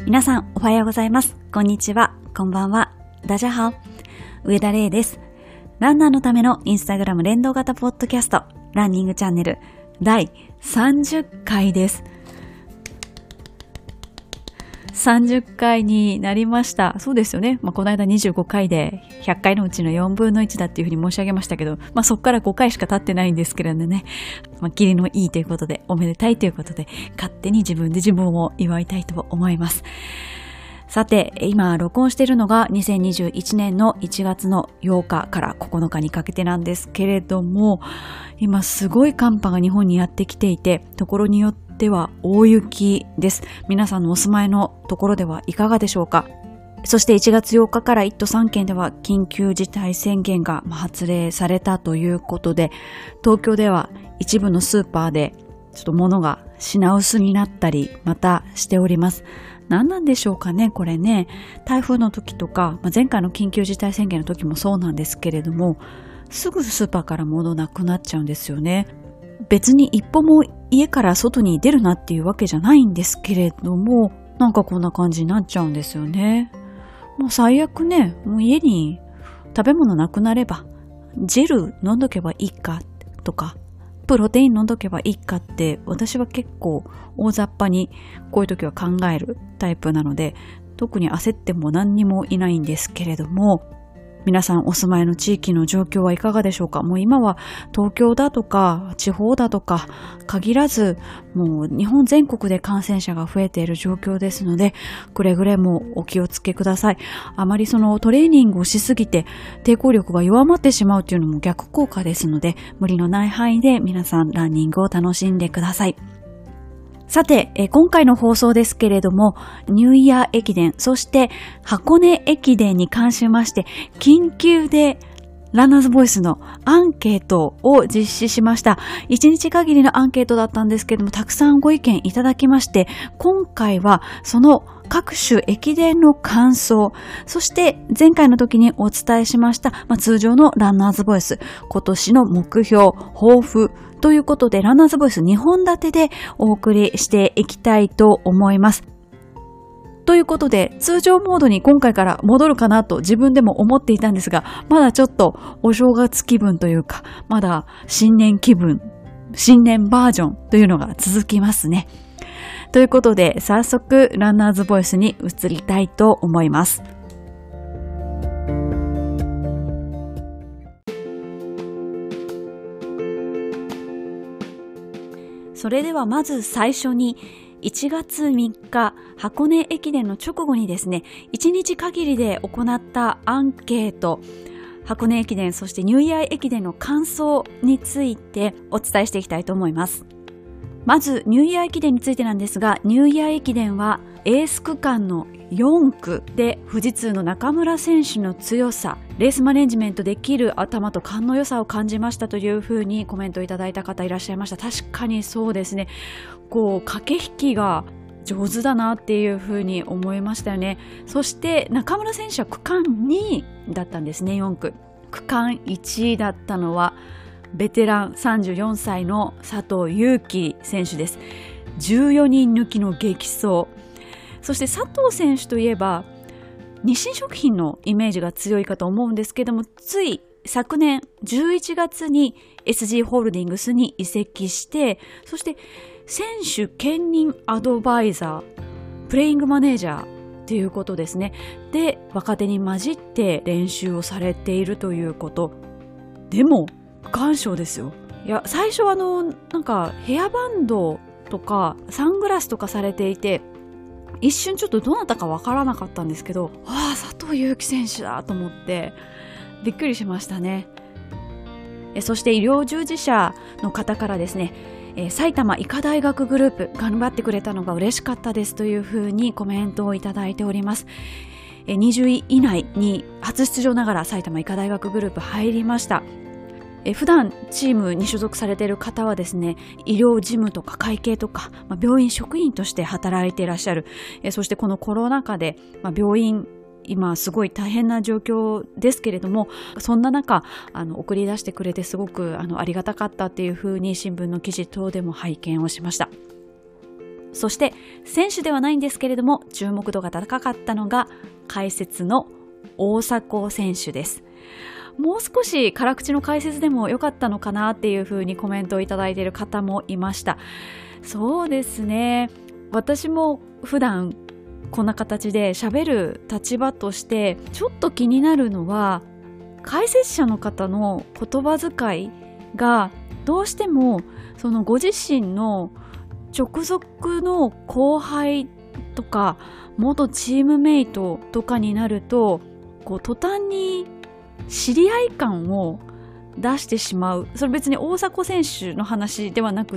皆さんおはようございます。こんにちは。こんばんは。ダジャハオ。上田玲です。ランナーのためのインスタグラム連動型ポッドキャスト、ランニングチャンネル第30回です。30回になりました。そうですよね。この間25回で100回のうちの4分の1だっていうふうに申し上げましたけど、そこから5回しか経ってないんですけれどね。義理のいいということで、おめでたいということで、勝手に自分で自分を祝いたいと思います。さて、今録音しているのが2021年の1月の8日から9日にかけてなんですけれども、今すごい寒波が日本にやってきていて、ところによっては大雪です。皆さんのお住まいのところではいかがでしょうか。そして1月8日から1都3県では緊急事態宣言が発令されたということで、東京では一部のスーパーでちょっと物が品薄になったりまたしております。何なんでしょうかね、これね。台風の時とか、前回の緊急事態宣言の時もそうなんですけれども、すぐスーパーから物なくなっちゃうんですよね。別に一歩も家から外に出るなっていうわけじゃないんですけれども、なんかこんな感じになっちゃうんですよね。もう最悪ね、もう家に食べ物なくなれば、ジェル飲んどけばいいかとか、プロテイン飲んどけばいいかって私は結構大雑把にこういう時は考えるタイプなので、特に焦っても何にもいないんですけれども、皆さんお住まいの地域の状況はいかがでしょうか。もう今は東京だとか地方だとか限らず、もう日本全国で感染者が増えている状況ですので、くれぐれもお気をつけください。あまりそのトレーニングをしすぎて抵抗力が弱まってしまうというのも逆効果ですので、無理のない範囲で皆さんランニングを楽しんでください。さて、今回の放送ですけれども、ニューイヤー駅伝、そして箱根駅伝に関しまして、緊急でランナーズボイスのアンケートを実施しました。1日限りのアンケートだったんですけれども、たくさんご意見いただきまして、今回はその各種駅伝の感想、そして前回の時にお伝えしました、通常のランナーズボイス、今年の目標、抱負ということで、ランナーズボイス2本立てでお送りしていきたいと思います。ということで、通常モードに今回から戻るかなと自分でも思っていたんですが、まだちょっとお正月気分というか、まだ新年気分、新年バージョンというのが続きますね。ということで、早速ランナーズボイスに移りたいと思います。それではまず最初に1月3日箱根駅伝の直後にですね、1日限りで行ったアンケート、箱根駅伝そしてニューイヤー駅伝の感想についてお伝えしていきたいと思います。まずニューイヤー駅伝についてなんですが、ニューイヤー駅伝はエース区間の4区で富士通の中村選手の強さ、レースマネジメントできる頭と勘の良さを感じましたというふうにコメントいただいた方いらっしゃいました。確かにそうですね。駆け引きが上手だなっていうふうに思いましたよね。そして中村選手は区間2位だったんですね。4区区間1位だったのはベテラン34歳の佐藤悠基選手です。14人抜きの激走。そして佐藤選手といえば日清食品のイメージが強いかと思うんですけども、つい昨年11月に SG ホールディングスに移籍して、そして選手兼任アドバイザー、プレイングマネージャーということですね。で、若手に混じって練習をされているということ。でも区間賞ですよ。いや、最初はなんかヘアバンドとかサングラスとかされていて、一瞬ちょっとどなたかわからなかったんですけど、佐藤悠基選手だと思ってびっくりしましたね。そして医療従事者の方からですね、埼玉医科大学グループ頑張ってくれたのが嬉しかったですというふうにコメントをいただいております。20位以内に初出場ながら埼玉医科大学グループ入りました。普段チームに所属されている方はですね、医療事務とか会計とか、病院職員として働いていらっしゃる。そしてこのコロナ禍で、病院今すごい大変な状況ですけれども、そんな中送り出してくれてすごくありがたかったっていうふうに新聞の記事等でも拝見をしました。 そして選手ではないんですけれども注目度が高かったのが解説の大迫選手です。もう少し辛口の解説でも良かったのかなっていう風にコメントをいただいている方もいました。そうですね、私も普段こんな形で喋る立場としてちょっと気になるのは、解説者の方の言葉遣いがどうしてもそのご自身の直属の後輩とか元チームメイトとかになると途端に知り合い感を出してしまう。それ別に大迫選手の話ではなくって、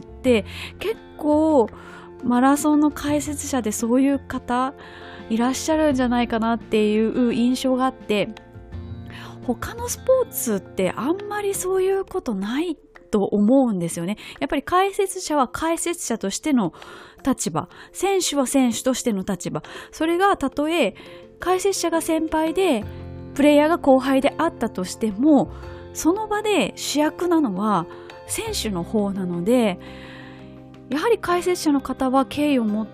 結構マラソンの解説者でそういう方いらっしゃるんじゃないかなっていう印象があって、他のスポーツってあんまりそういうことないと思うんですよね。やっぱり解説者は解説者としての立場、選手は選手としての立場、それがたとえ解説者が先輩でプレイヤーが後輩であったとしても、その場で主役なのは選手の方なので、やはり解説者の方は敬意を持って、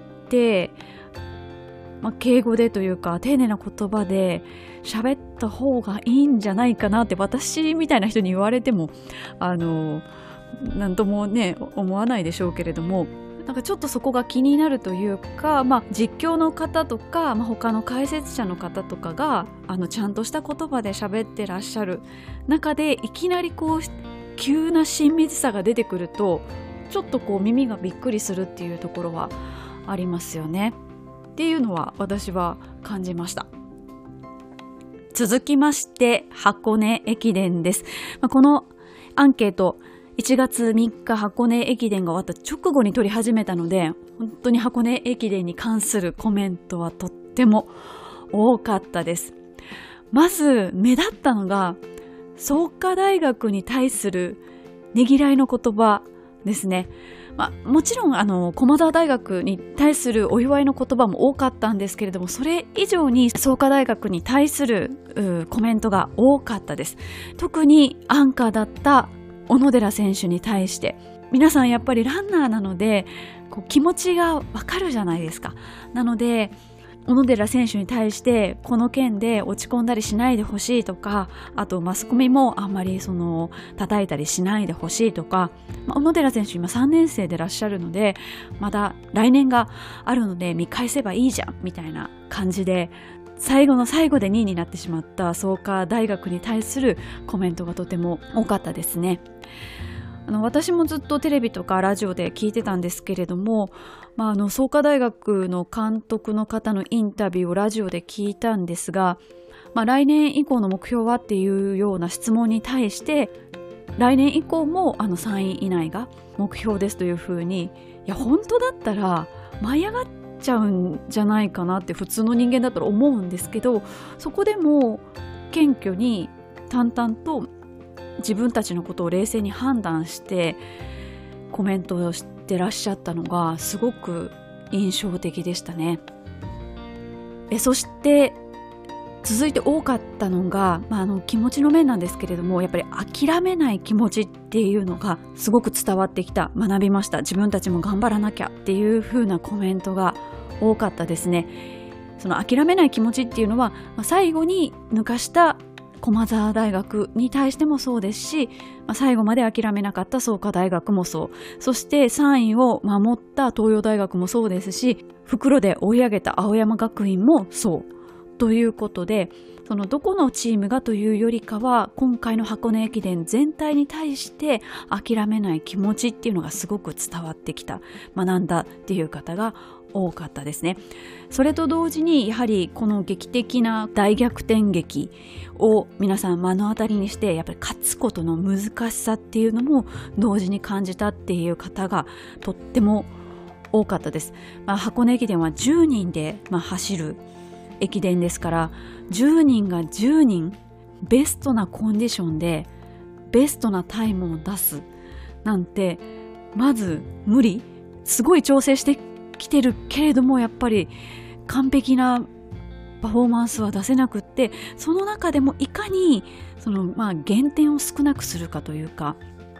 敬語でというか丁寧な言葉で喋った方がいいんじゃないかなって私みたいな人に言われてもなんともね思わないでしょうけれども、なんかちょっとそこが気になるというか、実況の方とか、他の解説者の方とかがちゃんとした言葉で喋ってらっしゃる中でいきなり急な親密さが出てくるとちょっと耳がびっくりするっていうところはありますよねっていうのは私は感じました。続きまして箱根駅伝です。このアンケート1月3日箱根駅伝が終わった直後に取り始めたので、本当に箱根駅伝に関するコメントはとっても多かったです。まず目立ったのが創価大学に対するねぎらいの言葉ですね。もちろん駒澤大学に対するお祝いの言葉も多かったんですけれども、それ以上に創価大学に対するコメントが多かったです。特にアンカーだった小野寺選手に対して、皆さんやっぱりランナーなので気持ちがわかるじゃないですか。なので小野寺選手に対してこの件で落ち込んだりしないでほしいとか、あとマスコミもあんまり叩いたりしないでほしいとか、小野寺選手今3年生でいらっしゃるのでまだ来年があるので見返せばいいじゃんみたいな感じで、最後の最後で2位になってしまった創価大学に対するコメントがとても多かったですね。私もずっとテレビとかラジオで聞いてたんですけれども、創価大学の監督の方のインタビューをラジオで聞いたんですが、来年以降の目標はっていうような質問に対して、来年以降も3位以内が目標ですというふうに、いや本当だったら舞い上がっちゃうんじゃないかなって普通の人間だったら思うんですけど、そこでも謙虚に淡々と自分たちのことを冷静に判断してコメントをしてらっしゃったのがすごく印象的でしたね。そして続いて多かったのが、気持ちの面なんですけれども、やっぱり諦めない気持ちっていうのがすごく伝わってきた、学びました、自分たちも頑張らなきゃっていう風なコメントが多かったですね。その諦めない気持ちっていうのは、最後に抜かした駒澤大学に対してもそうですし、最後まで諦めなかった創価大学もそう、そして3位を守った東洋大学もそうですし、復路で追い上げた青山学院もそうということで、どこのチームがというよりかは今回の箱根駅伝全体に対して諦めない気持ちっていうのがすごく伝わってきた、学んだっていう方が多かったですね。それと同時にやはりこの劇的な大逆転劇を皆さん目の当たりにして、やっぱり勝つことの難しさっていうのも同時に感じたっていう方がとっても多かったです。箱根駅伝は10人で走る駅伝ですから、10人が10人ベストなコンディションでベストなタイムを出すなんてまず無理。すごい調整してきてるけれども、やっぱり完璧なパフォーマンスは出せなくって、その中でもいかに減点を少なくするかというか、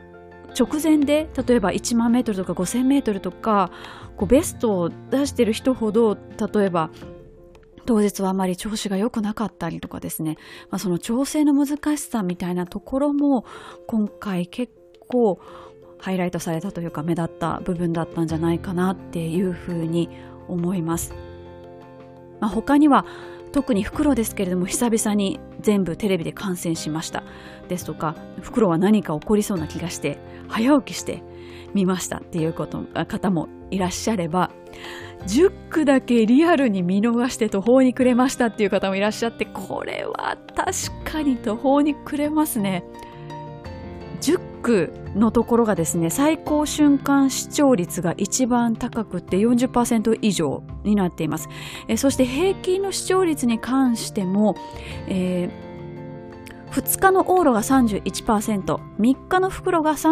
直前で例えば1万メートルとか5000メートルとかベストを出してる人ほど、例えば当日はあまり調子が良くなかったりとかですね、その調整の難しさみたいなところも今回結構ハイライトされたというか目立った部分だったんじゃないかなっていうふうに思います。他には特にフクロウですけれども、久々に全部テレビで観戦しましたですとか、フクロウは何か起こりそうな気がして早起きして見ましたっていう方もいらっしゃれば、10区だけリアルに見逃して途方に暮れましたっていう方もいらっしゃって、これは確かに途方に暮れますね。10区のところがですね、最高瞬間視聴率が一番高くて 40% 以上になっています。そして平均の視聴率に関しても、2日の往路が 31%、3日のフクロウが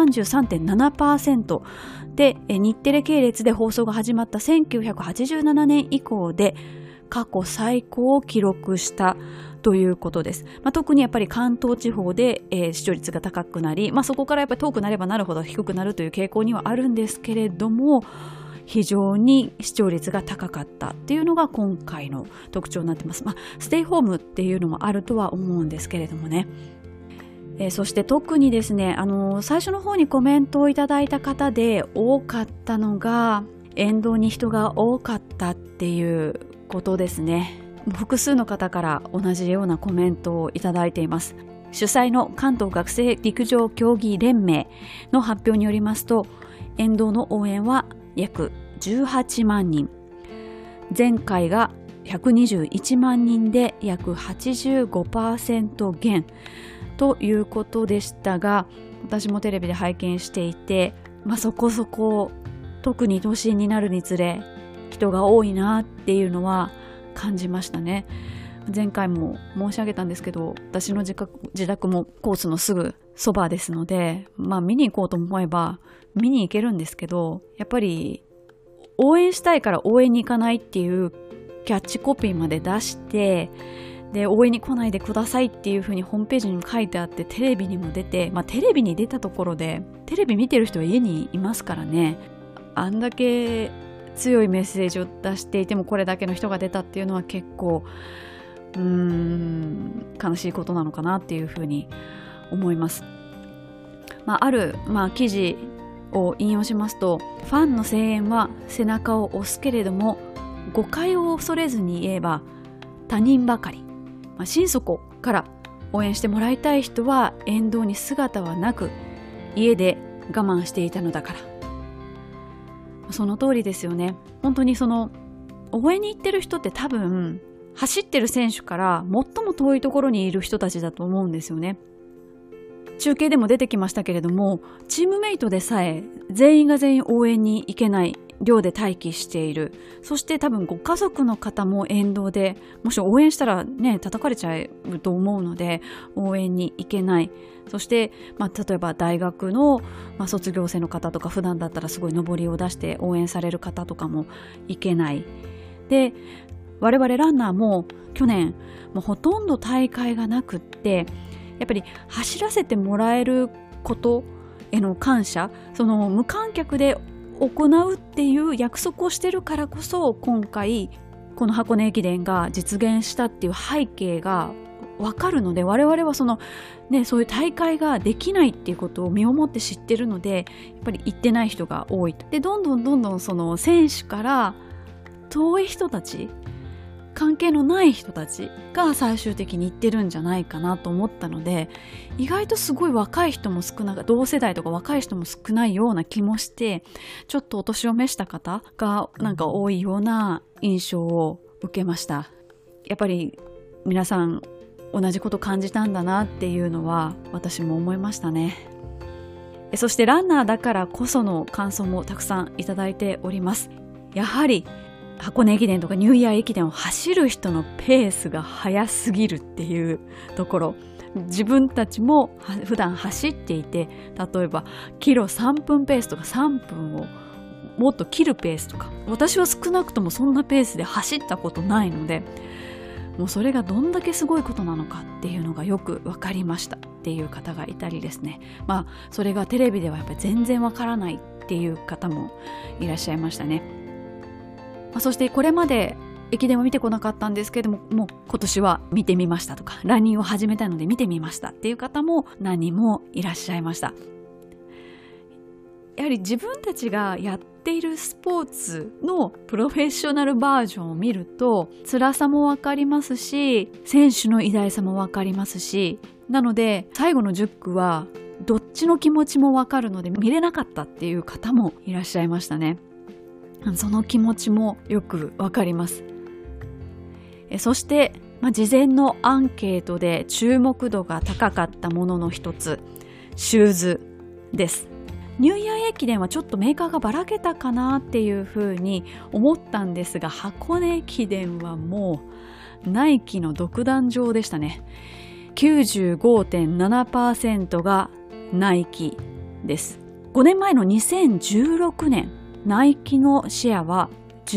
33.7% で、日テレ系列で放送が始まった1987年以降で過去最高を記録したということです。特にやっぱり関東地方で、視聴率が高くなり、そこからやっぱり遠くなればなるほど低くなるという傾向にはあるんですけれども、非常に視聴率が高かったっていうのが今回の特徴になってます。ステイホームっていうのもあるとは思うんですけれどもね。そして特にですね、最初の方にコメントをいただいた方で多かったのが、沿道に人が多かったっていうことですね。複数の方から同じようなコメントをいただいています。主催の関東学生陸上競技連盟の発表によりますと、沿道の応援は約18万人、前回が121万人で約 85% 減ということでしたが、私もテレビで拝見していて、そこそこ特に都心になるにつれ人が多いなっていうのは感じましたね。前回も申し上げたんですけど、私の自宅もコースのすぐそばですので、見に行こうと思えば見に行けるんですけど、やっぱり応援したいから応援に行かないっていうキャッチコピーまで出して、で応援に来ないでくださいっていう風にホームページにも書いてあって、テレビにも出て、テレビに出たところでテレビ見てる人は家にいますからね。あんだけ強いメッセージを出していてもこれだけの人が出たっていうのは結構悲しいことなのかなっていうふうに思います。ある、記事を引用しますと、ファンの声援は背中を押すけれども誤解を恐れずに言えば他人ばかり、心底から応援してもらいたい人は沿道に姿はなく家で我慢していたのだから。その通りですよね。本当にその応援に行ってる人って多分走ってる選手から最も遠いところにいる人たちだと思うんですよね。中継でも出てきましたけれども、チームメイトでさえ全員が全員応援に行けない寮で待機している。そして多分ご家族の方も沿道で、もし応援したらね叩かれちゃうと思うので応援に行けない。そして、例えば大学の、卒業生の方とか、普段だったらすごい上りを出して応援される方とかも行けない。で、我々ランナーも去年もうほとんど大会がなくって、やっぱり走らせてもらえることへの感謝、その無観客で行うっていう約束をしてるからこそ、今回この箱根駅伝が実現したっていう背景が分かるので、我々はそういう大会ができないっていうことを身をもって知ってるので、やっぱり行ってない人が多い。で、どんどんその選手から遠い人たち、関係のない人たちが最終的に行ってるんじゃないかなと思ったので、意外とすごい若い人も少なく、同世代とか若い人も少ないような気もして、ちょっとお年を召した方が多いような印象を受けました。やっぱり皆さん同じこと感じたんだなっていうのは私も思いましたね。そしてランナーだからこその感想もたくさんいただいております。やはり箱根駅伝とかニューイヤー駅伝を走る人のペースが速すぎるっていうところ、自分たちも普段走っていて、例えばキロ3分ペースとか3分をもっと切るペースとか、私は少なくともそんなペースで走ったことないので、 もうそれがどんだけすごいことなのかっていうのがよく分かりましたっていう方がいたりですね、それがテレビではやっぱり全然分からないっていう方もいらっしゃいましたね。そしてこれまで駅伝を見てこなかったんですけれども、もう今年は見てみましたとか、ランニングを始めたので見てみましたっていう方も何人もいらっしゃいました。やはり自分たちがやっているスポーツのプロフェッショナルバージョンを見ると辛さもわかりますし、選手の偉大さもわかりますし、なので最後の10区はどっちの気持ちもわかるので見れなかったっていう方もいらっしゃいましたね。その気持ちもよくわかります。そして、事前のアンケートで注目度が高かったものの一つ、シューズです。ニューイヤー駅伝はちょっとメーカーがばらけたかなっていうふうに思ったんですが、箱根駅伝はもうナイキの独壇場でしたね。 95.7% がナイキです。5年前の2016年、ナイキのシェアは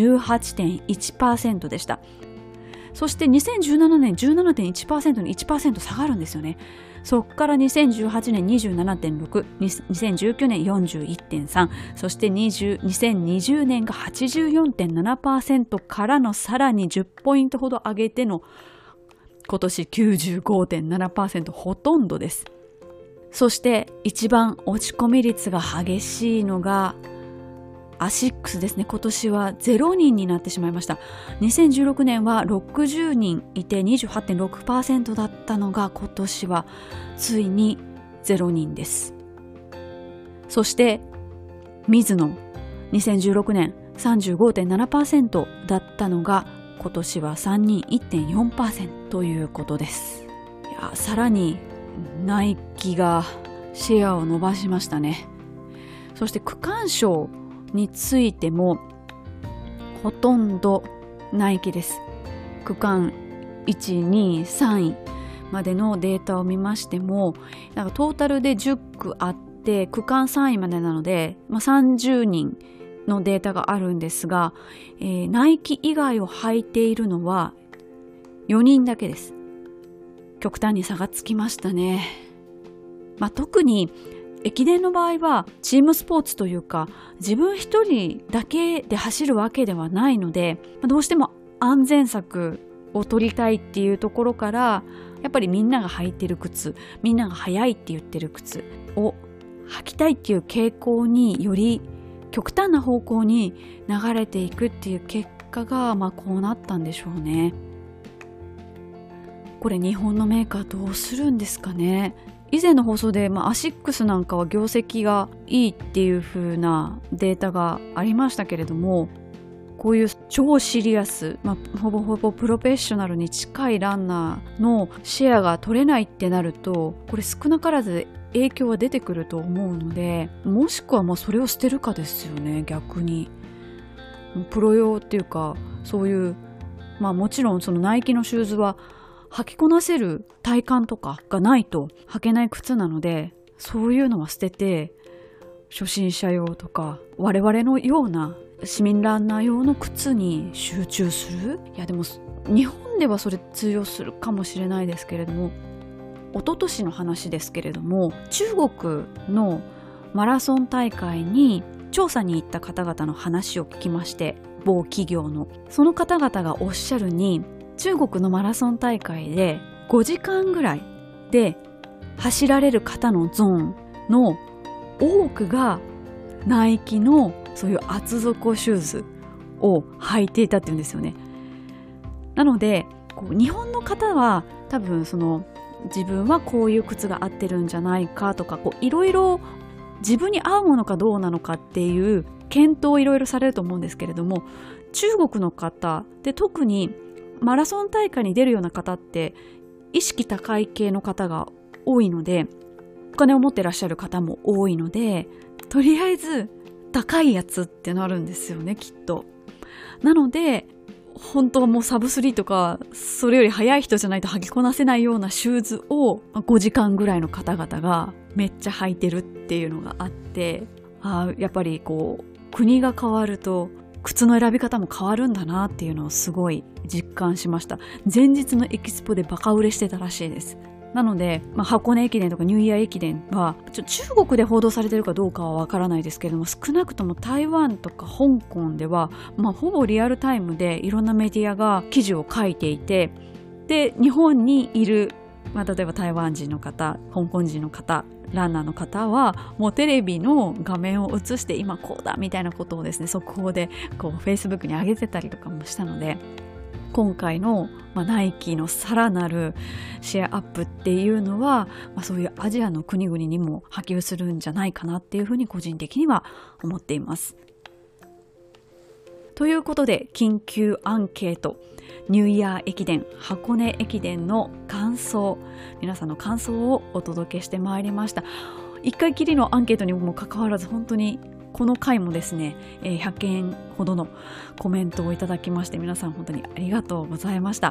18.1% でした。そして2017年 17.1% に 1% 下がるんですよね。そこから2018年 27.6、2019年 41.3、そして2020年が 84.7% からのさらに10ポイントほど上げての今年 95.7%、 ほとんどです。そして一番落ち込み率が激しいのがアシックスですね。今年は0人になってしまいました。2016年は60人いて 28.6% だったのが今年はついに0人です。そしてミズノ、2016年 35.7% だったのが今年は3人 1.4% ということです。さらにナイキがシェアを伸ばしましたね。そして区間賞についてもほとんどナイキです。区間1、2、3位までのデータを見ましても、トータルで10区あって区間3位までなので、30人のデータがあるんですが、ナイキ以外を履いているのは4人だけです。極端に差がつきましたね。特に駅伝の場合はチームスポーツというか、自分一人だけで走るわけではないので、どうしても安全策を取りたいっていうところから、やっぱりみんなが履いてる靴、みんなが速いって言ってる靴を履きたいっていう傾向により極端な方向に流れていくっていう結果がこうなったんでしょうね。これ日本のメーカーどうするんですかね。以前の放送で、アシックスなんかは業績がいいっていう風なデータがありましたけれども、こういう超シリアス、ほぼほぼプロフェッショナルに近いランナーのシェアが取れないってなると、これ少なからず影響は出てくると思うので、もしくはそれを捨てるかですよね。逆にプロ用っていうか、そういうもちろんそのナイキのシューズは履きこなせる体感とかがないと履けない靴なので、そういうのは捨てて初心者用とか我々のような市民ランナー用の靴に集中する。でも日本ではそれ通用するかもしれないですけれども、一昨年の話ですけれども、中国のマラソン大会に調査に行った方々の話を聞きまして、某企業のその方々がおっしゃるに、中国のマラソン大会で5時間ぐらいで走られる方のゾーンの多くがナイキのそういう厚底シューズを履いていたっていうんですよね。なので日本の方は多分自分はこういう靴が合ってるんじゃないかとか、いろいろ自分に合うものかどうなのかっていう検討をいろいろされると思うんですけれども、中国の方で特にマラソン大会に出るような方って意識高い系の方が多いので、お金を持ってらっしゃる方も多いので、とりあえず高いやつってなるんですよね、きっと。なので本当はもうサブ3とかそれより速い人じゃないと履きこなせないようなシューズを5時間ぐらいの方々がめっちゃ履いてるっていうのがあって、やっぱり国が変わると靴の選び方も変わるんだなっていうのをすごい実感しました。前日のエキスポでバカ売れしてたらしいです。なので、箱根駅伝とかニューイヤー駅伝は中国で報道されてるかどうかはわからないですけれども、少なくとも台湾とか香港では、ほぼリアルタイムでいろんなメディアが記事を書いていて、で日本にいる、例えば台湾人の方、香港人の方、ランナーの方はもうテレビの画面を映して今こうだみたいなことをですね、速報でFacebook に上げてたりとかもしたので、今回の、ナイキのさらなるシェアアップっていうのは、そういうアジアの国々にも波及するんじゃないかなっていうふうに個人的には思っています。ということで、緊急アンケート、ニューイヤー駅伝、箱根駅伝の感想、皆さんの感想をお届けしてまいりました。一回きりのアンケートにもかかわらず、本当にこの回もですね、100件ほどのコメントをいただきまして、皆さん本当にありがとうございました。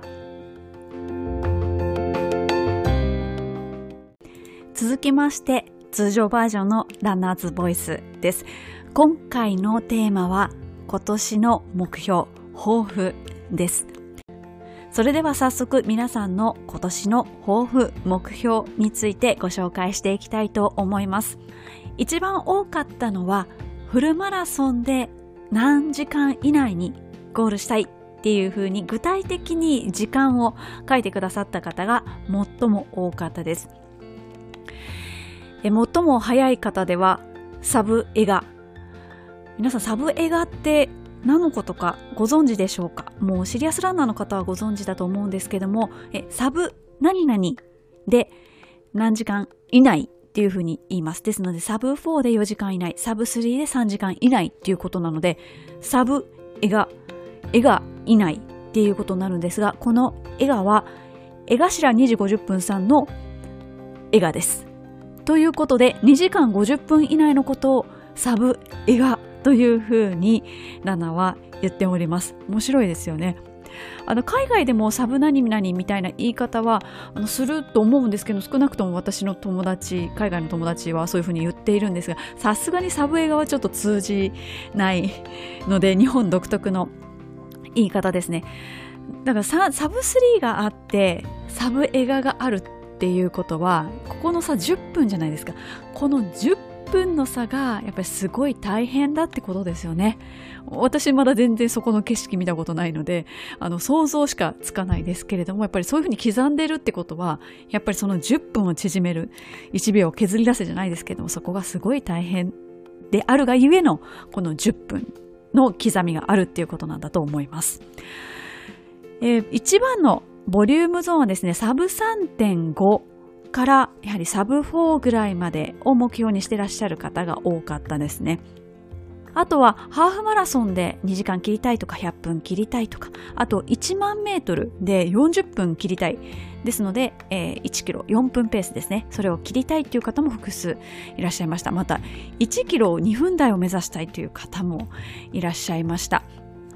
続きまして、通常バージョンのランナーズボイスです。今回のテーマは今年の目標、抱負です。それでは早速皆さんの今年の抱負、目標についてご紹介していきたいと思います。一番多かったのは、フルマラソンで何時間以内にゴールしたいっていう風に具体的に時間を書いてくださった方が最も多かったです。最も早い方ではサブエガ。皆さん、サブエガって何のことかご存知でしょうか？もうシリアスランナーの方はご存知だと思うんですけども、サブ何々で何時間以内っていうふうに言います。ですので、サブ4で4時間以内、サブ3で3時間以内っていうことなので、サブエガ以内っていうことになるんですが、このエガは江頭2時50分さんのエガです。ということで、2時間50分以内のことをサブエガというふうにランナーは言っております。面白いですよね。海外でもサブ何々みたいな言い方はすると思うんですけど、少なくとも私の友達、海外の友達はそういうふうに言っているんですが、さすがにサブ映画はちょっと通じないので、日本独特の言い方ですね。だからサブ3があってサブ映画があるっていうことは、ここの差10分じゃないですか。この10分の差がやっぱりすごい大変だってことですよね。私まだ全然そこの景色見たことないので想像しかつかないですけれども、やっぱりそういうふうに刻んでるってことは、やっぱりその10分を縮める、1秒を削り出せじゃないですけども、そこがすごい大変であるがゆえのこの10分の刻みがあるっていうことなんだと思います。一番のボリュームゾーンはですね、サブ 3.5 からやはりサブ4ぐらいまでを目標にしてらっしゃる方が多かったですね。あとはハーフマラソンで2時間切りたいとか100分切りたいとか、あと1万メートルで40分切りたいですので、1キロ4分ペースですね、それを切りたいという方も複数いらっしゃいました。また1キロを2分台を目指したいという方もいらっしゃいました。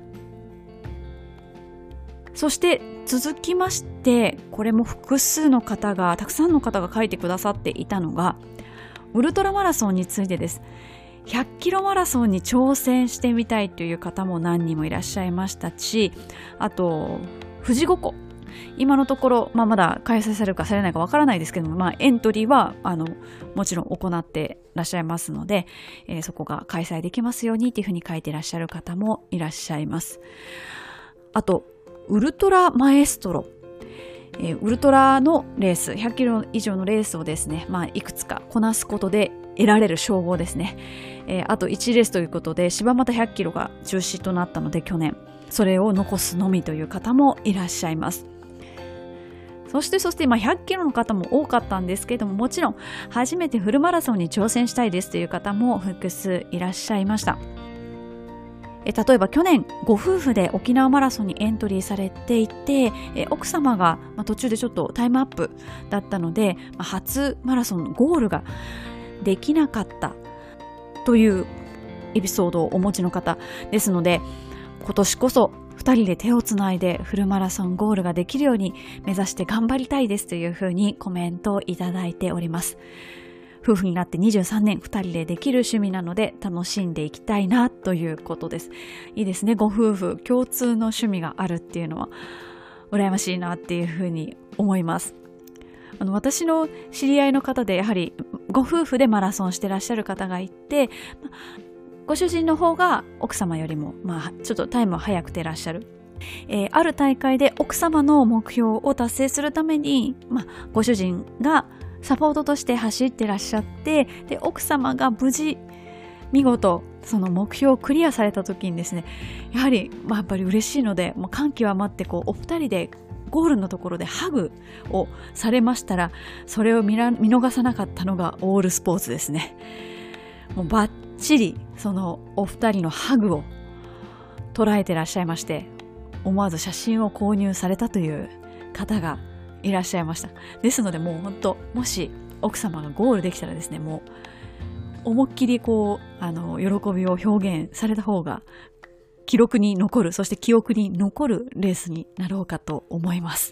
そして続きまして、これも複数の方が、たくさんの方が書いてくださっていたのがウルトラマラソンについてです。100キロマラソンに挑戦してみたいという方も何人もいらっしゃいましたし、あと富士五湖、今のところ、まだ開催されるかされないかわからないですけども、エントリーはもちろん行ってらっしゃいますので、そこが開催できますようにというふうに書いてらっしゃる方もいらっしゃいます。あとウルトラマエストロ、ウルトラのレース、100キロ以上のレースをですね、いくつかこなすことで得られる称号ですね。あと1レースということで、柴又100キロが中止となったので、去年それを残すのみという方もいらっしゃいます。そして100キロの方も多かったんですけども、もちろん初めてフルマラソンに挑戦したいですという方も複数いらっしゃいました。例えば去年ご夫婦で沖縄マラソンにエントリーされていて、奥様が途中でちょっとタイムアップだったので、初マラソンのゴールができなかったというエピソードをお持ちの方ですので、今年こそ2人で手をつないでフルマラソンゴールができるように目指して頑張りたいですというふうにコメントをいただいております。 夫婦になって23年2人でできる趣味なので楽しんでいきたいなということです。いいですね。ご夫婦共通の趣味があるっていうのは羨ましいなっていうふうに思います。私の知り合いの方でやはりご夫婦でマラソンしてらっしゃる方がいて、ご主人の方が奥様よりも、ちょっとタイムは早くてらっしゃる。ある大会で奥様の目標を達成するために、ご主人がサポートとして走ってらっしゃって、で奥様が無事見事その目標をクリアされた時にですね、やはり、やっぱり嬉しいので、もう感極まってお二人でゴールのところでハグをされましたら、それを見逃さなかったのがオールスポーツですね。もうバッチリそのお二人のハグを捉えてらっしゃいまして、思わず写真を購入されたという方がいらっしゃいました。ですのでもう本当、もし奥様がゴールできたらですね、もう思いっきり喜びを表現された方が記録に残る、そして記憶に残るレースになろうかと思います。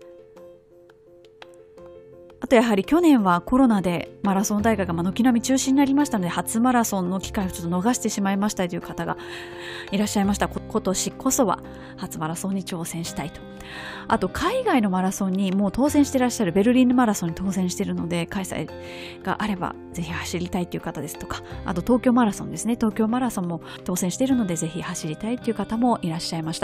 あとやはり去年はコロナでマラソン大会が軒並み中止になりましたので、初マラソンの機会をちょっと逃してしまいましたという方がいらっしゃいました。今年こそは初マラソンに挑戦したいと。あと海外のマラソンにもう当選していらっしゃる、ベルリンマラソンに当選しているので、開催があればぜひ走りたいという方ですとか、あと東京マラソンですね、東京マラソンも当選しているのでぜひ走りたいという方もいらっしゃいました。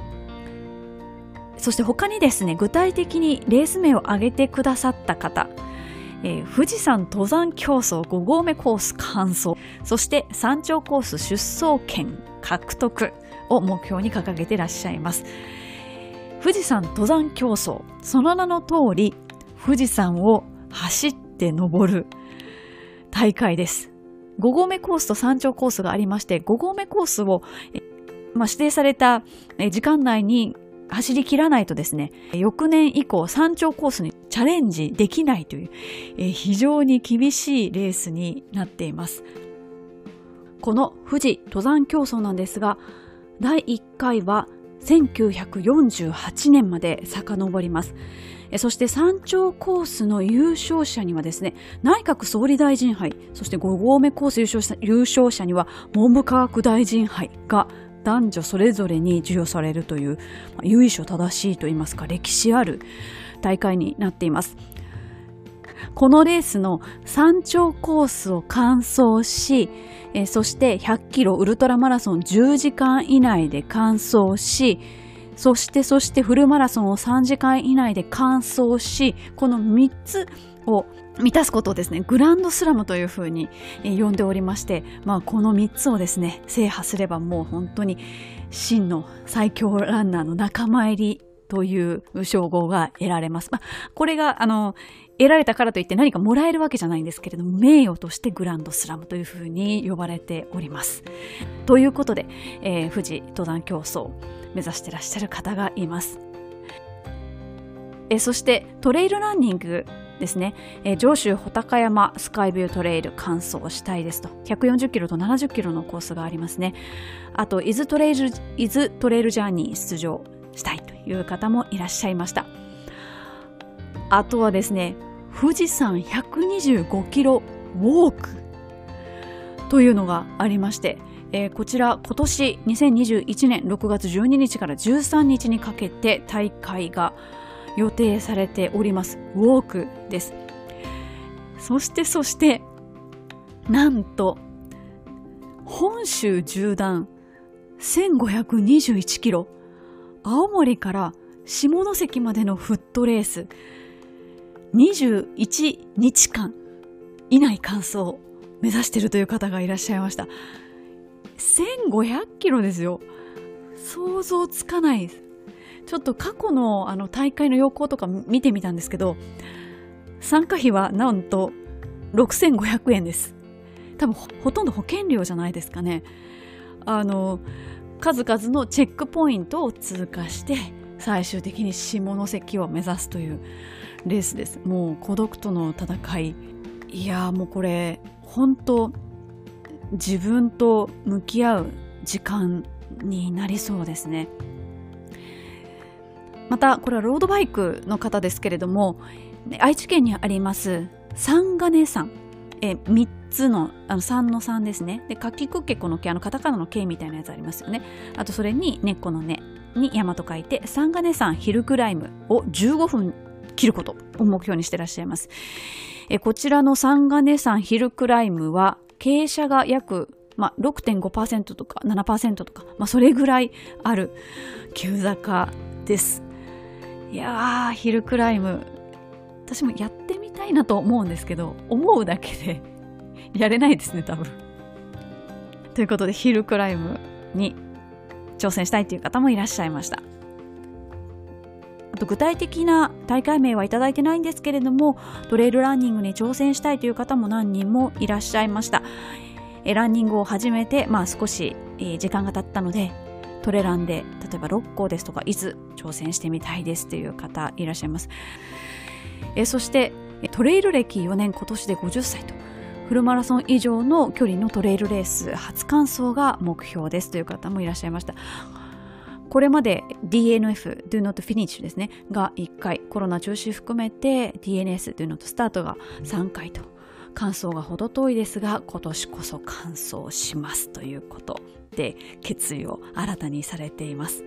そして他にですね、具体的にレース名を挙げてくださった方、富士山登山競争5合目コース完走、そして山頂コース出走権獲得を目標に掲げていらっしゃいます。富士山登山競争、その名の通り富士山を走って登る大会です。5合目コースと山頂コースがありまして、5合目コースを、指定された時間内に走り切らないとですね、翌年以降山頂コースにチャレンジできないという、非常に厳しいレースになっています。この富士登山競争なんですが、第1回は1948年まで遡ります。そして山頂コースの優勝者にはですね、内閣総理大臣杯、そして5合目コース優勝者には文部科学大臣杯が男女それぞれに授与されるという、由緒正しいといいますか、歴史ある大会になっています。このレースの山頂コースを完走し、そして100キロウルトラマラソン10時間以内で完走し、そしてフルマラソンを3時間以内で完走し、この3つを満たすことをですね、グランドスラムというふうに呼んでおりまして、この3つをですね、制覇すればもう本当に真の最強ランナーの仲間入りという称号が得られます。これが得られたからといって何かもらえるわけじゃないんですけれども、名誉としてグランドスラムというふうに呼ばれております。ということで、富士登山競争を目指していらっしゃる方がいます。そしてトレイルランニングですね、上州穂高山スカイビュートレイル完走したいですと、140キロと70キロのコースがありますね。あと伊豆トレイルジャーニー出場したいという方もいらっしゃいました。あとはですね、富士山125キロウォークというのがありまして、こちら今年2021年6月12日から13日にかけて大会が予定されております。ウォークです。そしてなんと本州縦断1521キロ、青森から下関までのフットレース21日間以内完走を目指しているという方がいらっしゃいました。1500キロですよ。想像つかないです。ちょっと過去の大会の要項とか見てみたんですけど、参加費はなんと6500円です。多分ほとんど保険料じゃないですかね。数々のチェックポイントを通過して最終的に下関を目指すというレースです。もう孤独との戦い。いやもうこれ本当自分と向き合う時間になりそうですね。またこれはロードバイクの方ですけれども、愛知県にあります三金山 3つの、3の3ですね。で、かきくけこのけ、カタカナのけみたいなやつありますよね。あとそれに猫のねに山と書いて、三ヶ根山ヒルクライムを15分切ることを目標にしてらっしゃいます。こちらの三ヶ根山ヒルクライムは傾斜が約、6.5% とか 7% とか、それぐらいある急坂です。いやー、ヒルクライム、私もやってみたいなと思うんですけど、思うだけでやれないですね、多分。ということで、ヒルクライムに挑戦したいという方もいらっしゃいました。あと具体的な大会名はいただいてないんですけれども、トレイルランニングに挑戦したいという方も何人もいらっしゃいました。ランニングを始めて、少し時間が経ったので、トレランで例えば六甲ですとか伊豆挑戦してみたいですという方いらっしゃいます。そしてトレイル歴4年、今年で50歳とフルマラソン以上の距離のトレイルレース初完走が目標ですという方もいらっしゃいました。これまで DNF Do Not Finish ですねが1回、コロナ中止含めて DNS Do Not Start が3回と、完走が程遠いですが今年こそ完走しますということで決意を新たにされています。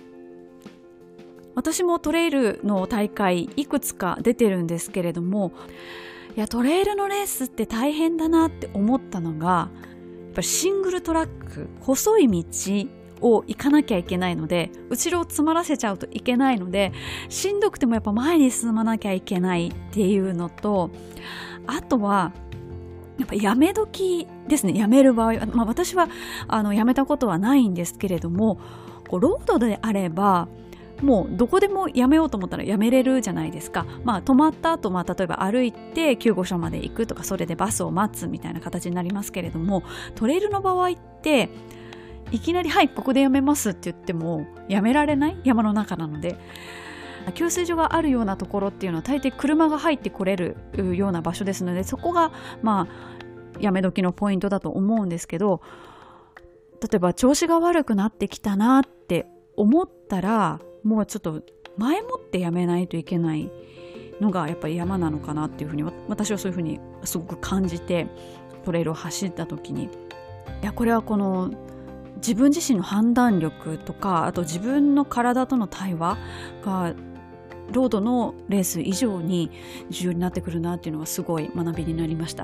私もトレイルの大会いくつか出てるんですけれども、いやトレイルのレースって大変だなって思ったのが、やっぱりシングルトラック、細い道を行かなきゃいけないので、後ろを詰まらせちゃうといけないので、しんどくてもやっぱ前に進まなきゃいけないっていうのと、あとはやっぱやめ時ですね。やめる場合、私はやめたことはないんですけれども、ロードであればもうどこでもやめようと思ったらやめれるじゃないですか。止まった後、例えば歩いて救護所まで行くとか、それでバスを待つみたいな形になりますけれども、トレイルの場合っていきなりはいここでやめますって言ってもやめられない、山の中なので。給水所があるようなところっていうのは大抵車が入ってこれるような場所ですので、そこがやめ時のポイントだと思うんですけど、例えば調子が悪くなってきたなって思ったら、もうちょっと前もってやめないといけないのがやっぱり山なのかなっていうふうに、私はそういうふうにすごく感じて、トレイルを走った時に、いやこれはこの自分自身の判断力とか、あと自分の体との対話がロードのレース以上に重要になってくるなっていうのがすごい学びになりました。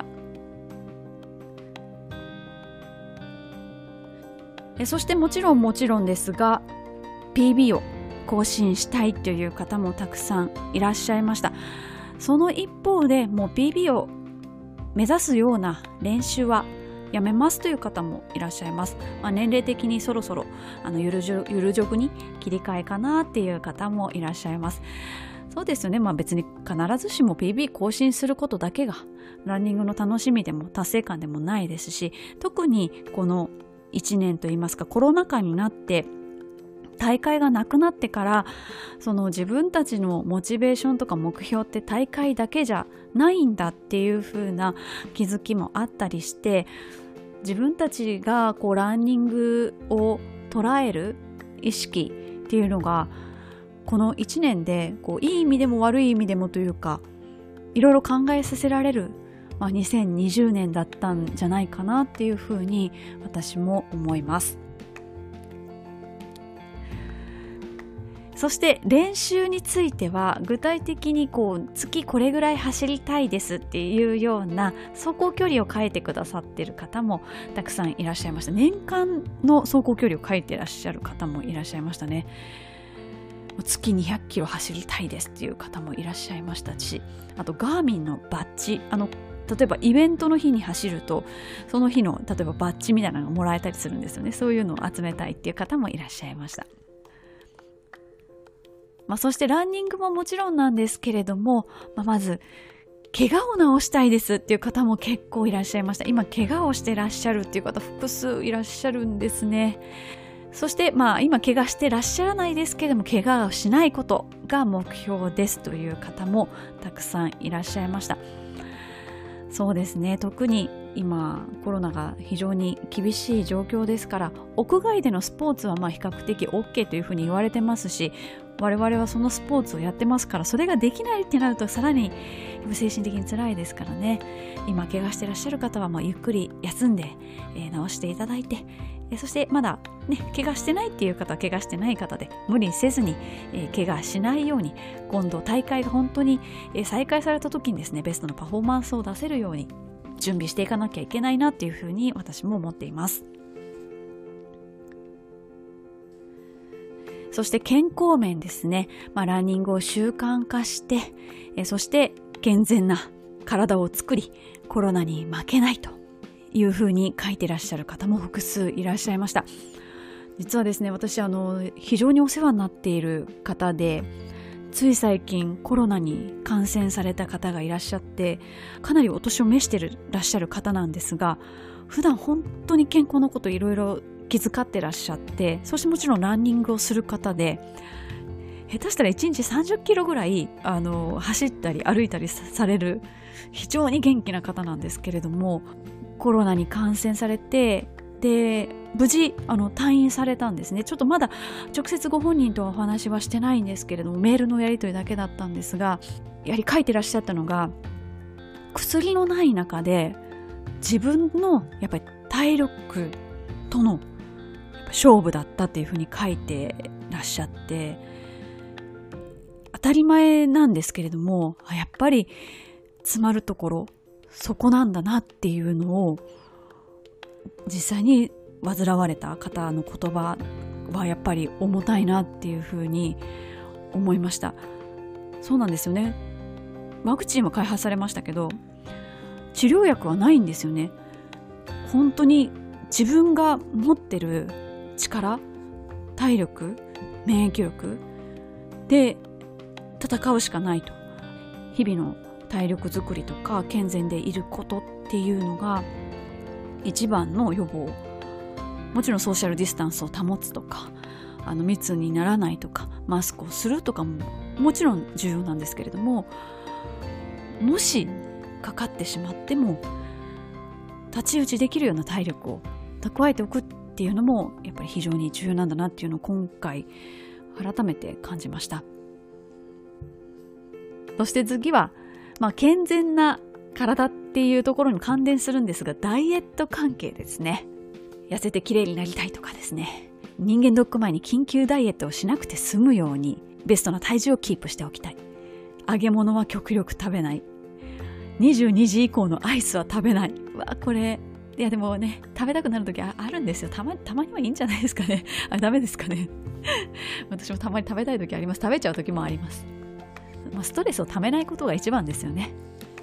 そしてもちろんですが PB を更新したいという方もたくさんいらっしゃいました。その一方でもう PB を目指すような練習はやめますという方もいらっしゃいます。年齢的にそろそろゆるジョグに切り替えかなっていう方もいらっしゃいます。そうですよね。別に必ずしも PB 更新することだけがランニングの楽しみでも達成感でもないですし、特にこの1年といいますか、コロナ禍になって大会がなくなってから、その自分たちのモチベーションとか目標って大会だけじゃないんだっていう風な気づきもあったりして、自分たちがランニングを捉える意識っていうのがこの1年でいい意味でも悪い意味でもというか、いろいろ考えさせられる、2020年だったんじゃないかなっていうふうに私も思います。そして練習については具体的に月これぐらい走りたいですっていうような走行距離を書いてくださっている方もたくさんいらっしゃいました。年間の走行距離を書いていらっしゃる方もいらっしゃいましたね。月200キロ走りたいですっていう方もいらっしゃいましたし、あとガーミンのバッジ、例えばイベントの日に走るとその日の例えばバッジみたいなのがもらえたりするんですよね。そういうのを集めたいっていう方もいらっしゃいました。そしてランニングももちろんなんですけれども、まず怪我を治したいですっていう方も結構いらっしゃいました。今怪我をしてらっしゃるっていう方複数いらっしゃるんですね。そして今怪我してらっしゃらないですけれども、怪我をしないことが目標ですという方もたくさんいらっしゃいました。そうですね。特に今コロナが非常に厳しい状況ですから、屋外でのスポーツは比較的 OK というふうに言われてますし、我々はそのスポーツをやってますから、それができないってなるとさらに精神的に辛いですからね。今怪我してらっしゃる方はゆっくり休んで、治していただいて、そしてまだね怪我してないっていう方は怪我してない方で無理せずに、怪我しないように、今度大会が本当に、再開された時にですねベストなパフォーマンスを出せるように準備していかなきゃいけないなっていうふうに私も思っています。そして健康面ですね、ランニングを習慣化して、そして健全な体を作り、コロナに負けないというふうに書いてらっしゃる方も複数いらっしゃいました。実はですね、私非常にお世話になっている方で、つい最近コロナに感染された方がいらっしゃって、かなりお年を召してらっしゃる方なんですが、普段本当に健康のこといろいろ気遣ってらっしゃって、そしてもちろんランニングをする方で、下手したら1日30キロぐらい走ったり歩いたりされる非常に元気な方なんですけれども、コロナに感染されて、で無事退院されたんですね。ちょっとまだ直接ご本人とはお話はしてないんですけれども、メールのやり取りだけだったんですが、やはり書いてらっしゃったのが、薬のない中で自分のやっぱり体力との勝負だったっていうふうに書いてらっしゃって、当たり前なんですけれども、やっぱり詰まるところそこなんだなっていうのを、実際に患われた方の言葉はやっぱり重たいなっていうふうに思いました。そうなんですよね。ワクチンは開発されましたけど、治療薬はないんですよね。本当に自分が持ってる力、体力、免疫力で戦うしかないと。日々の体力づくりとか健全でいることっていうのが一番の予防。もちろんソーシャルディスタンスを保つとか、密にならないとか、マスクをするとかももちろん重要なんですけれども、もしかかってしまっても太刀打ちできるような体力を蓄えておくっていうのもやっぱり非常に重要なんだなっていうのを今回改めて感じました。そして次は、健全な体っていうところに関連するんですが、ダイエット関係ですね。痩せて綺麗になりたいとかですね、人間ドック前に緊急ダイエットをしなくて済むようにベストな体重をキープしておきたい、揚げ物は極力食べない、22時以降のアイスは食べない。これいやでもね、食べたくなる時あるんですよ。たまにはいいんじゃないですかね。ダメですかね。私もたまに食べたい時あります。食べちゃう時もあります。ストレスをためないことが一番ですよね。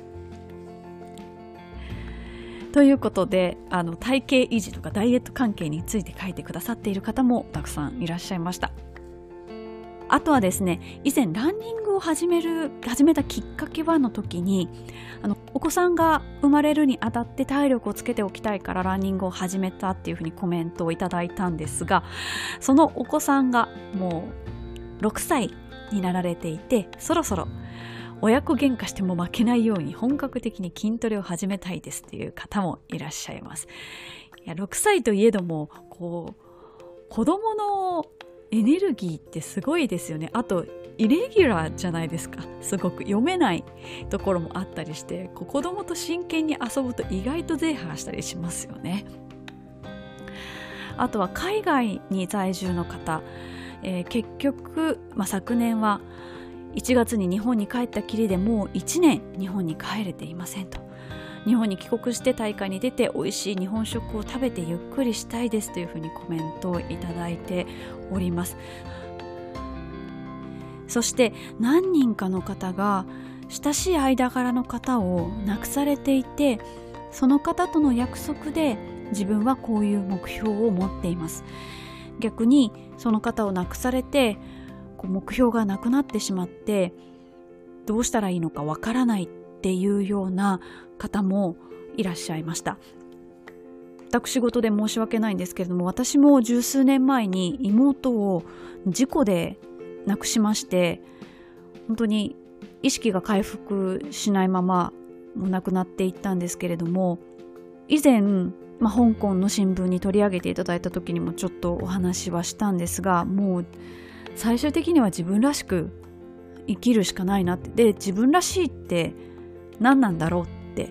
ということで、体型維持とかダイエット関係について書いてくださっている方もたくさんいらっしゃいました。あとはですね、以前ランニングを始めたきっかけはの時に、お子さんが生まれるにあたって体力をつけておきたいからランニングを始めたっていうふうにコメントをいただいたんですが、そのお子さんがもう6歳になられていて、そろそろ親子喧嘩しても負けないように本格的に筋トレを始めたいですっていう方もいらっしゃいます。いや、6歳といえども子供のエネルギーってすごいですよね。あとイレギュラーじゃないですか。すごく読めないところもあったりして、子供と真剣に遊ぶと意外とゼーハーしたりしますよね。あとは海外に在住の方、結局、昨年は1月に日本に帰ったきりでもう1年日本に帰れていませんと。日本に帰国して大会に出て美味しい日本食を食べてゆっくりしたいですというふうにコメントをいただいております。そして何人かの方が親しい間柄の方を亡くされていて、その方との約束で自分はこういう目標を持っています。逆にその方を亡くされて目標がなくなってしまってどうしたらいいのかわからないっていうような方もいらっしゃいました。私事で申し訳ないんですけれども、私も十数年前に妹を事故で亡くしまして、本当に意識が回復しないまま亡くなっていったんですけれども、 以前、香港の新聞に取り上げていただいた時にもちょっとお話はしたんですが、もう最終的には自分らしく生きるしかないなって。で、自分らしいって何なんだろうって、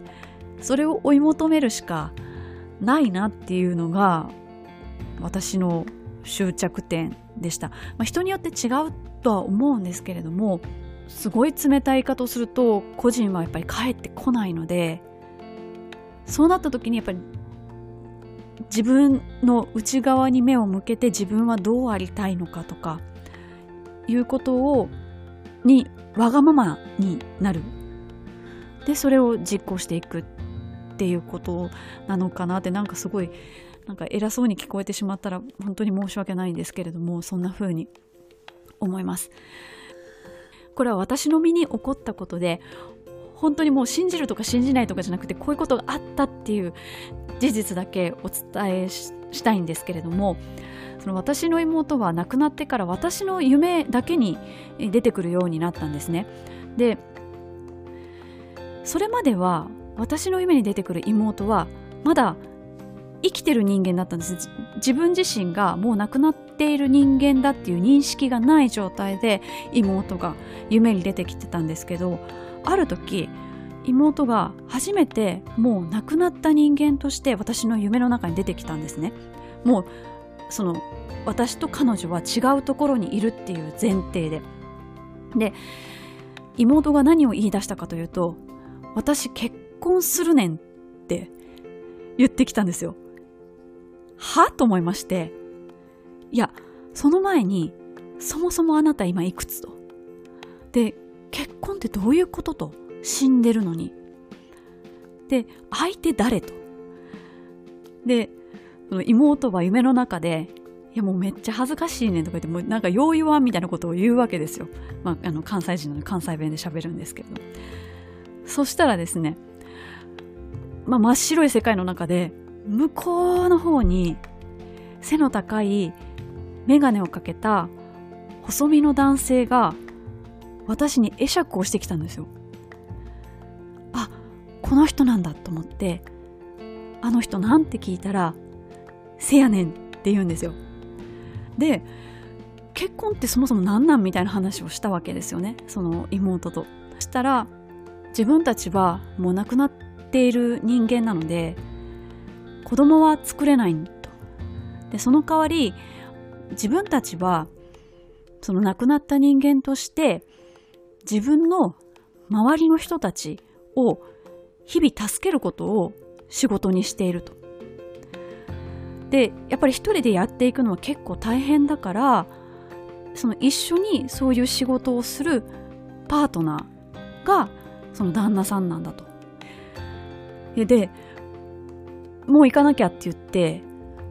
それを追い求めるしかないなっていうのが私の終着点でした。人によって違うとは思うんですけれども、すごい冷たい言い方をすると個人はやっぱり帰ってこないので、そうなった時にやっぱり自分の内側に目を向けて、自分はどうありたいのかとかいうことにわがままになる。でそれを実行していくっていうことなのかなって、なんかすごい偉そうに聞こえてしまったら本当に申し訳ないんですけれども、そんな風に思います。これは私の身に起こったことで、本当にもう信じるとか信じないとかじゃなくて、こういうことがあったっていう事実だけお伝えしたいんですけれども、その私の妹は亡くなってから私の夢だけに出てくるようになったんですね。でそれまでは私の夢に出てくる妹はまだ生きてる人間だったんです。自分自身がもう亡くなっている人間だっていう認識がない状態で妹が夢に出てきてたんですけど、ある時妹が初めてもう亡くなった人間として私の夢の中に出てきたんですね。もうその私と彼女は違うところにいるっていう前提で。で妹が何を言い出したかというと、私結婚するねんって言ってきたんですよ。はと思いまして、いやその前にそもそもあなた今いくつと、で結婚ってどういうことと、死んでるのに、で相手誰と。で妹は夢の中で、いやもうめっちゃ恥ずかしいねとか言って、もうなんかよう言わんみたいなことを言うわけですよ。関西人の関西弁で喋るんですけれど、そしたらですね、真っ白い世界の中で向こうの方に背の高い眼鏡をかけた細身の男性が私に会釈をしてきたんですよ。あ、この人なんだと思って、あの人なんて聞いたら、せやねんって言うんですよ。で結婚ってそもそも何なんみたいな話をしたわけですよね、その妹と。そしたら、自分たちはもう亡くなっている人間なので子供は作れないと。でその代わり自分たちはその亡くなった人間として自分の周りの人たちを日々助けることを仕事にしていると。でやっぱり一人でやっていくのは結構大変だから、その一緒にそういう仕事をするパートナーがその旦那さんなんだと。でもう行かなきゃって言って、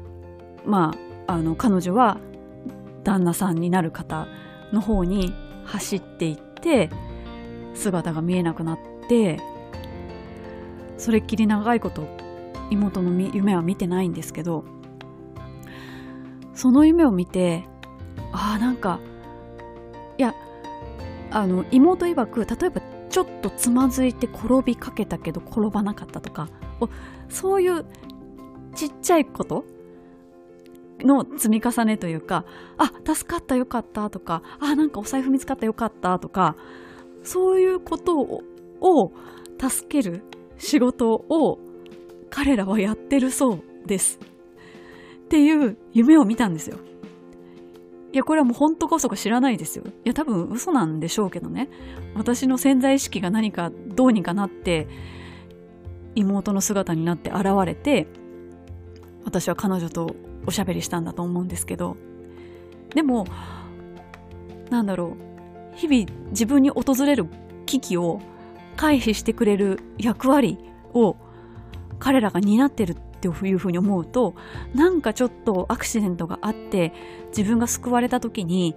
彼女は旦那さんになる方の方に走っていって、姿が見えなくなって、それっきり長いこと妹の夢は見てないんですけど、その夢を見て、妹曰く、例えばちょっとつまずいて転びかけたけど転ばなかったとか、そういうちっちゃいことの積み重ねというか、助かったよかったとか、なんかお財布見つかったよかったとか、そういうことを助ける仕事を彼らはやってるそうですっていう夢を見たんですよ。いやこれはもう本当こそか知らないですよ。いや多分嘘なんでしょうけどね、私の潜在意識が何かどうにかなって妹の姿になって現れて、私は彼女とおしゃべりしたんだと思うんですけど、でも日々自分に訪れる危機を回避してくれる役割を彼らが担ってるっていうふうに思うと、なんかちょっとアクシデントがあって自分が救われた時に、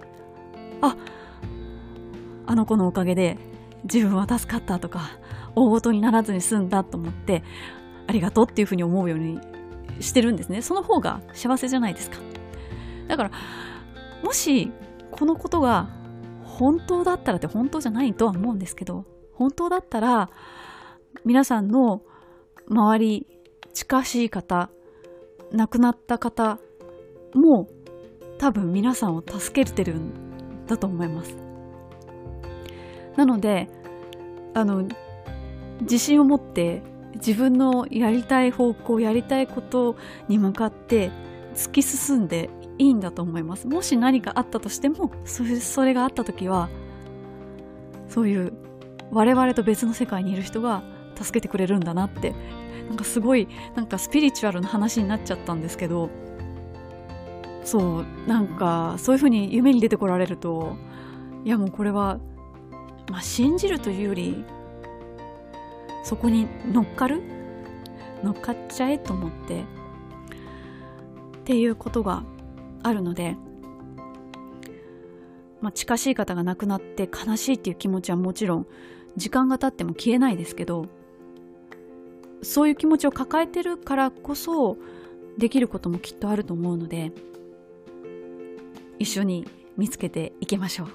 あの子のおかげで自分は助かったとか、大ごとにならずに済んだと思ってありがとうっていうふうに思うようにしてるんですね。その方が幸せじゃないですか。だからもしこのことが本当だったらって、本当じゃないとは思うんですけど、本当だったら皆さんの周り近しい方、亡くなった方も多分皆さんを助けてるんだと思います。なので自信を持って自分のやりたい方向、やりたいことに向かって突き進んでいいんだと思います。もし何かあったとしても、それがあった時はそういう我々と別の世界にいる人が助けてくれるんだなって、なんかすごいスピリチュアルな話になっちゃったんですけど、そうそういう風に夢に出てこられると、いやもうこれは信じるというよりそこに乗っかっちゃえと思っていうことがあるので、近しい方が亡くなって悲しいっていう気持ちはもちろん時間が経っても消えないですけど、そういう気持ちを抱えてるからこそできることもきっとあると思うので、一緒に見つけていきましょう。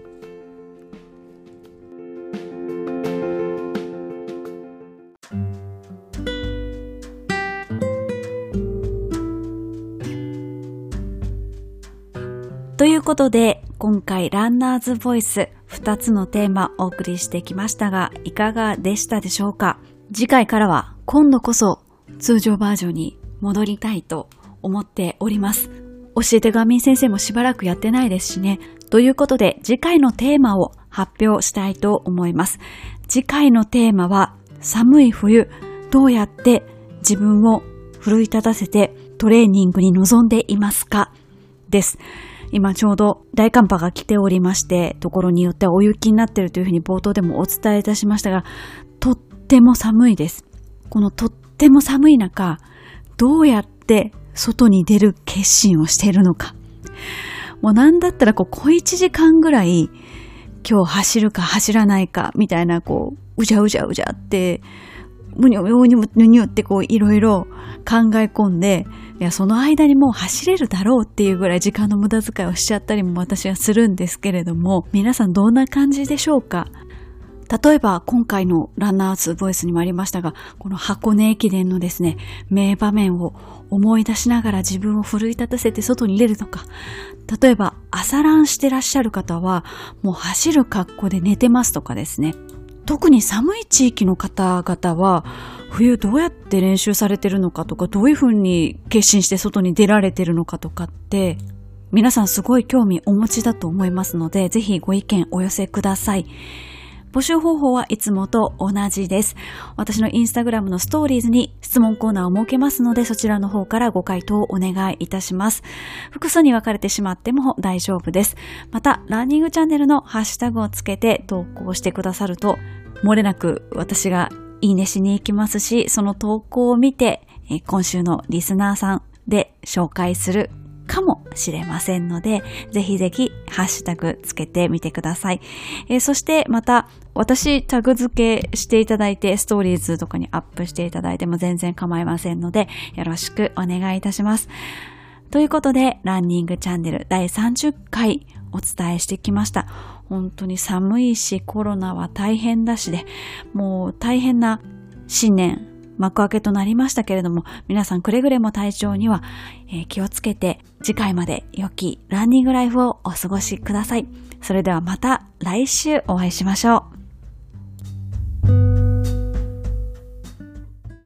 ということで、今回ランナーズボイス2つのテーマお送りしてきましたが、いかがでしたでしょうか。次回からは今度こそ通常バージョンに戻りたいと思っております。教えてガミン先生もしばらくやってないですしね。ということで次回のテーマを発表したいと思います。次回のテーマは、寒い冬どうやって自分を奮い立たせてトレーニングに臨んでいますかです。今ちょうど大寒波が来ておりまして、ところによっては大雪になっているというふうに冒頭でもお伝えいたしましたが、とっても寒いです。このとっても寒い中、どうやって外に出る決心をしているのか。もうなんだったら小1時間ぐらい今日走るか走らないかみたいなうじゃうじゃうじゃってむにょむにょむにょっていろいろ考え込んで、いやその間にもう走れるだろうっていうぐらい時間の無駄遣いをしちゃったりも私はするんですけれども、皆さんどんな感じでしょうか。例えば今回のランナーズボイスにもありましたが、この箱根駅伝のですね、名場面を思い出しながら自分を奮い立たせて外に出るとか、例えば朝ランしてらっしゃる方はもう走る格好で寝てますとかですね。特に寒い地域の方々は冬どうやって練習されてるのかとか、どういうふうに決心して外に出られてるのかとかって皆さんすごい興味お持ちだと思いますので、ぜひご意見お寄せください。募集方法はいつもと同じです。私のインスタグラムのストーリーズに質問コーナーを設けますので、そちらの方からご回答をお願いいたします。複数に分かれてしまっても大丈夫です。また、ランニングチャンネルのハッシュタグをつけて投稿してくださると、漏れなく私がいいねしに行きますし、その投稿を見て、今週のリスナーさんで紹介するかもしれませんので、ぜひぜひハッシュタグつけてみてください。そしてまた私タグ付けしていただいてストーリーズとかにアップしていただいても全然構いませんので、よろしくお願いいたします。ということで、ランニングチャンネル第30回お伝えしてきました。本当に寒いしコロナは大変だしで、もう大変な新年幕開けとなりましたけれども、皆さんくれぐれも体調には気をつけて、次回まで良きランニングライフをお過ごしください。それではまた来週お会いしましょう。